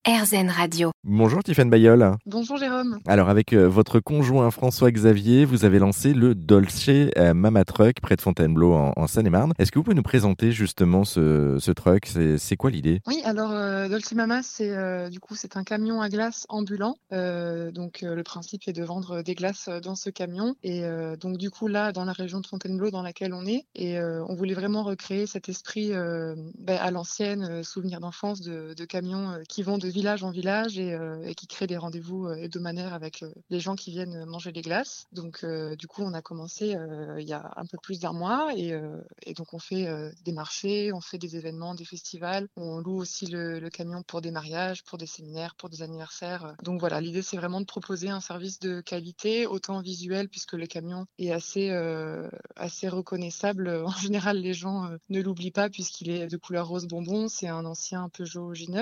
RZN Radio. Bonjour Tiffaine Bayol. Bonjour Jérôme. Alors avec votre conjoint François-Xavier, vous avez lancé le Dolce Mama Truck près de Fontainebleau en Seine-et-Marne. Est-ce que vous pouvez nous présenter justement ce truck? C'est quoi l'idée? Oui, alors Dolce Mama, c'est un camion à glace ambulant. Le principe est de vendre des glaces dans ce camion. Et donc du coup là, dans la région de Fontainebleau dans laquelle on est, et on voulait vraiment recréer cet esprit à l'ancienne, souvenir d'enfance de camions qui vont de village en village et qui créent des rendez-vous hebdomadaires avec les gens qui viennent manger des glaces. Donc du coup, on a commencé il y a un peu plus d'un mois et donc on fait des marchés, on fait des événements, des festivals. On loue aussi le camion pour des mariages, pour des séminaires, pour des anniversaires. Donc voilà, l'idée c'est vraiment de proposer un service de qualité, autant visuel puisque le camion est assez reconnaissable. En général, les gens ne l'oublient pas puisqu'il est de couleur rose bonbon. C'est un ancien Peugeot J9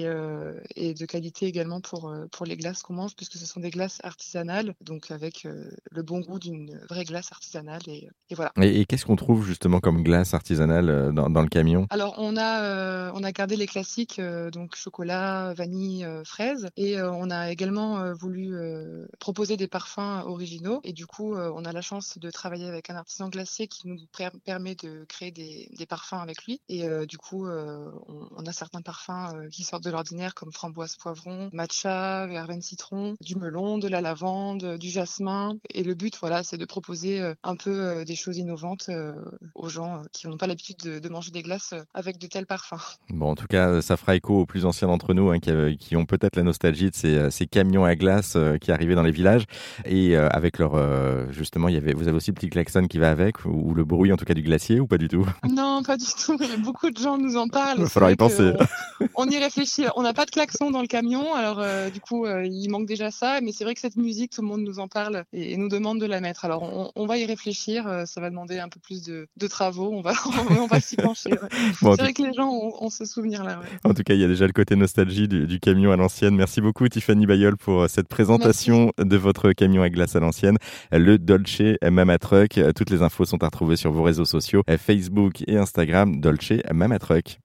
et de qualité également pour les glaces qu'on mange puisque ce sont des glaces artisanales, donc avec le bon goût d'une vraie glace artisanale et voilà. Et qu'est-ce qu'on trouve justement comme glace artisanale dans le camion? Alors on a gardé les classiques, donc chocolat, vanille, fraise, et on a également voulu proposer des parfums originaux, et du coup on a la chance de travailler avec un artisan glacier qui nous permet de créer des parfums avec lui, et du coup on a certains parfums qui sortent de l'ordinaire comme framboise poivron, matcha, verveine citron, du melon, de la lavande, du jasmin, et le but voilà c'est de proposer un peu des choses innovantes aux gens qui n'ont pas l'habitude de manger des glaces avec de tels parfums. Bon, en tout cas, ça fera écho aux plus anciens d'entre nous qui ont peut-être la nostalgie de ces camions à glace qui arrivaient dans les villages. Et avec leur... justement, vous avez aussi le petit klaxon qui va avec, ou le bruit en tout cas du glacier, ou pas du tout? Non, pas du tout. Mais beaucoup de gens nous en parlent. Il va falloir y penser. On y réfléchit. On n'a pas de klaxon dans le camion, alors il manque déjà ça. Mais c'est vrai que cette musique, tout le monde nous en parle et nous demande de la mettre. Alors on va y réfléchir. Ça va demander un peu plus de travaux. On va s'y pencher. Ouais. Bon, c'est vrai que les gens ont ce souvenir-là. Ouais. En tout cas, il y a déjà le côté nostalgie du camion à l'ancienne. Merci beaucoup Tiffany Bayol pour cette présentation de votre camion à glace à l'ancienne, le Dolce Mama Truck. Toutes les infos sont à retrouver sur vos réseaux sociaux, Facebook et Instagram, Dolce Mama Truck.